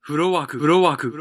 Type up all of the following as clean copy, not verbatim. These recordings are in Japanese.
フロワーク。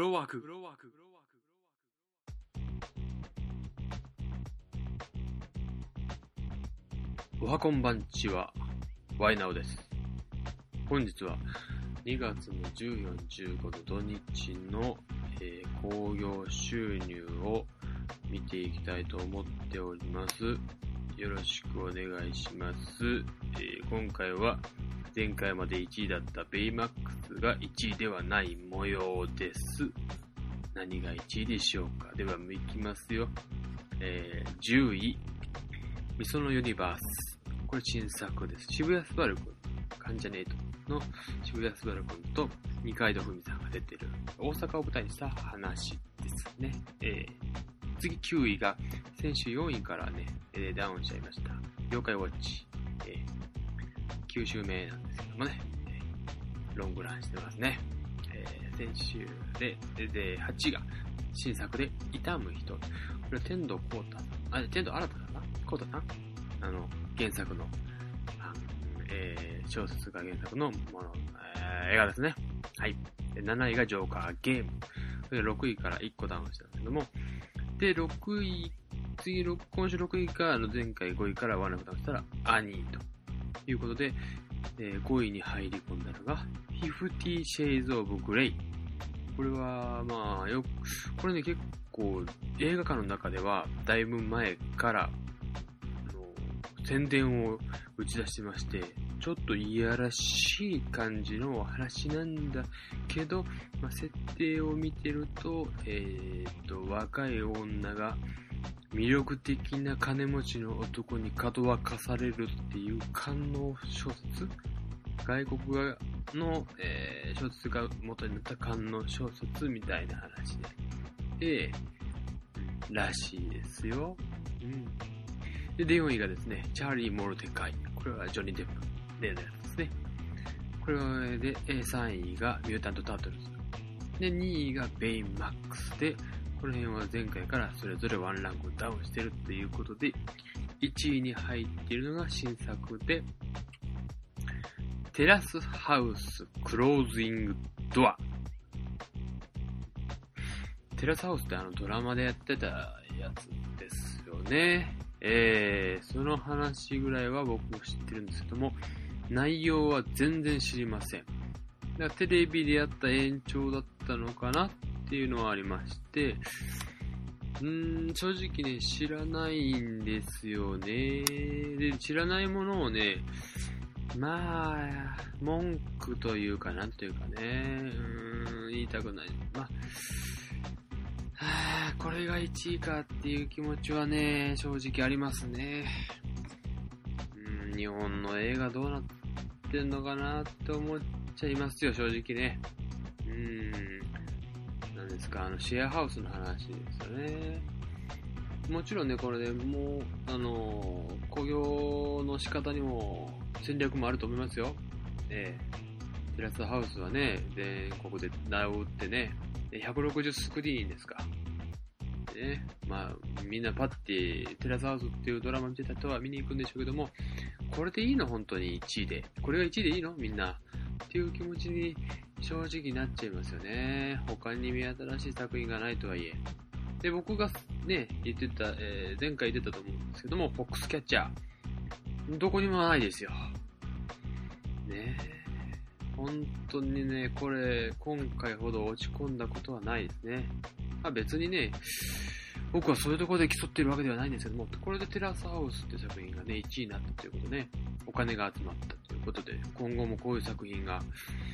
おはこんばんちは、ワイナオです。本日は2月の14、15の土日の、興行収入を見ていきたいと思っております。よろしくお願いします。今回は前回まで1位だったベイマックスが1位ではない模様です。何が1位でしょうか。では行きますよ。10位、みそのユニバース。これ新作です。渋谷スバル君、関ジャネイトの渋谷スバル君と二階堂ふみさんが出てる大阪を舞台にした話ですね。次9位が先週4位からね、ダウンしちゃいました妖怪ウォッチ、9週目なんですけどもね、ロングランしてますね。先週で8位が新作で痛む人。これは天童光太さん、天童新太さんかな、光太さん、原作の、小説が原作のもの、映画ですね。はい。で7位がジョーカーゲーム。それで6位から1個ダウンしたんですけども、で6位、今週6位が前回5位からワンランクダウンしたらアニーということで、5位に入り込んだのが50 Shades of Grey。これはまあこれね、結構映画館の中ではだいぶ前から宣伝を打ち出してまして、ちょっといやらしい感じの話なんだけど、設定を見てると、若い女が魅力的な金持ちの男にかどわかされるっていう官能小説、外国の、小説が元になった官能小説みたいな話で、らしいですよ。で、4位がですね、チャーリー・モルテカイ。これはジョニー・デップでのやつですね。これで、3位がミュータント・タートルズ。で、2位がベイマックスで、この辺は前回からそれぞれワンランクダウンしてるということで、1位に入っているのが新作で、テラスハウス・クローズイング・ドア。テラスハウスってドラマでやってたやつですよね。その話ぐらいは僕も知ってるんですけども、内容は全然知りません。だからテレビでやった延長だったのかなっていうのはありまして、正直ね、知らないんですよね。で、知らないものをね、文句というか、なんというかね、言いたくない。これが1位かっていう気持ちはね、正直ありますね。日本の映画どうなってんのかなって思っちゃいますよ、正直ね。なんですか、シェアハウスの話ですよね。もちろんね、これでもう、興行の仕方にも戦略もあると思いますよ。テラスハウスはね、全国で名を打ってね、160スクリーンですか。みんなパッてテラスハウスっていうドラマ見てた人は見に行くんでしょうけども、これでいいの？本当に1位で。これが1位でいいの？みんな。っていう気持ちに正直なっちゃいますよね。他に見新しい作品がないとはいえ。で、僕がね、言ってた、前回言ってたと思うんですけども、フォックスキャッチャー。どこにもないですよ。本当にね、これ、今回ほど落ち込んだことはないですね。別にね、僕はそういうところで競っているわけではないんですけども、これでテラスハウスって作品がね、1位になったということで、お金が集まったということで、今後もこういう作品が、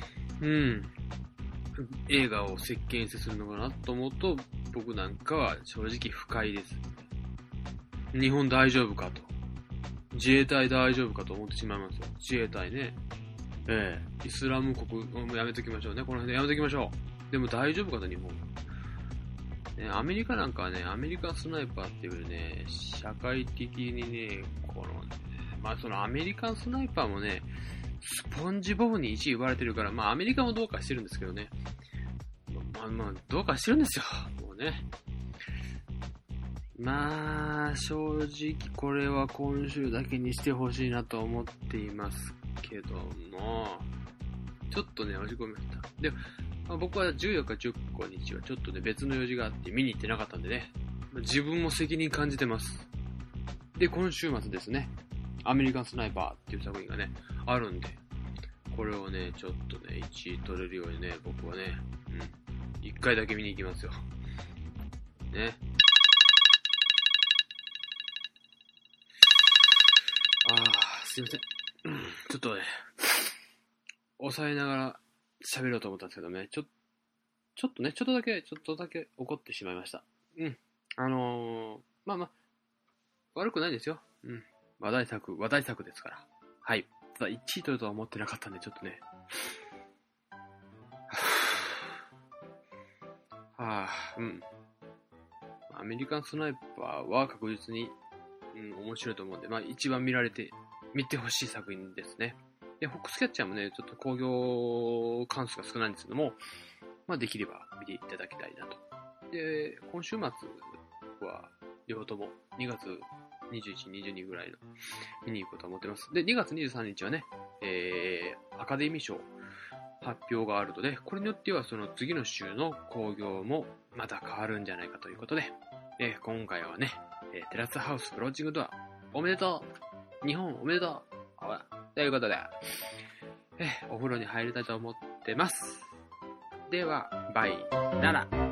映画を席巻するのかなと思うと、僕なんかは正直不快です。日本大丈夫かと。自衛隊大丈夫かと思ってしまいますよ。自衛隊ね。イスラム国、やめときましょうね。この辺でやめときましょう。でも大丈夫かと、日本。アメリカなんかはね、アメリカンスナイパーっていうね、社会的にね、そのアメリカンスナイパーもね、スポンジボブに1位言われてるから、アメリカもどうかしてるんですけどね。どうかしてるんですよ。もうね。正直これは今週だけにしてほしいなと思っていますけども、ちょっとね、押し込みました。で、 僕は14日、15日はちょっとね、別の用事があって見に行ってなかったんでね、自分も責任感じてます。で、今週末ですね、アメリカンスナイパーっていう作品がね、あるんで、これをね、ちょっとね、1位取れるようにね、僕はね、1回だけ見に行きますよ。ね。すいません。ちょっとね、抑えながら喋ろうと思ったんですけどね、ちょっとだけ怒ってしまいました。まあ、悪くないですよ。話題作ですから。はい。ただ1位取るとは思ってなかったんで、ちょっとね。アメリカンスナイパーは確実に、面白いと思うんで、一番見てほしい作品ですね。で、フォックスキャッチャーもね、ちょっと興行関数が少ないんですけども、できれば見ていただきたいなと。で、今週末は、両方とも2月21、22ぐらいの見に行こうと思ってます。で、2月23日はね、アカデミー賞発表があるので、これによってはその次の週の興行もまた変わるんじゃないかということで、今回はね、テラスハウスプローチングドアおめでとう、日本おめでとうということで、お風呂に入りたいと思ってます。では、バイなら。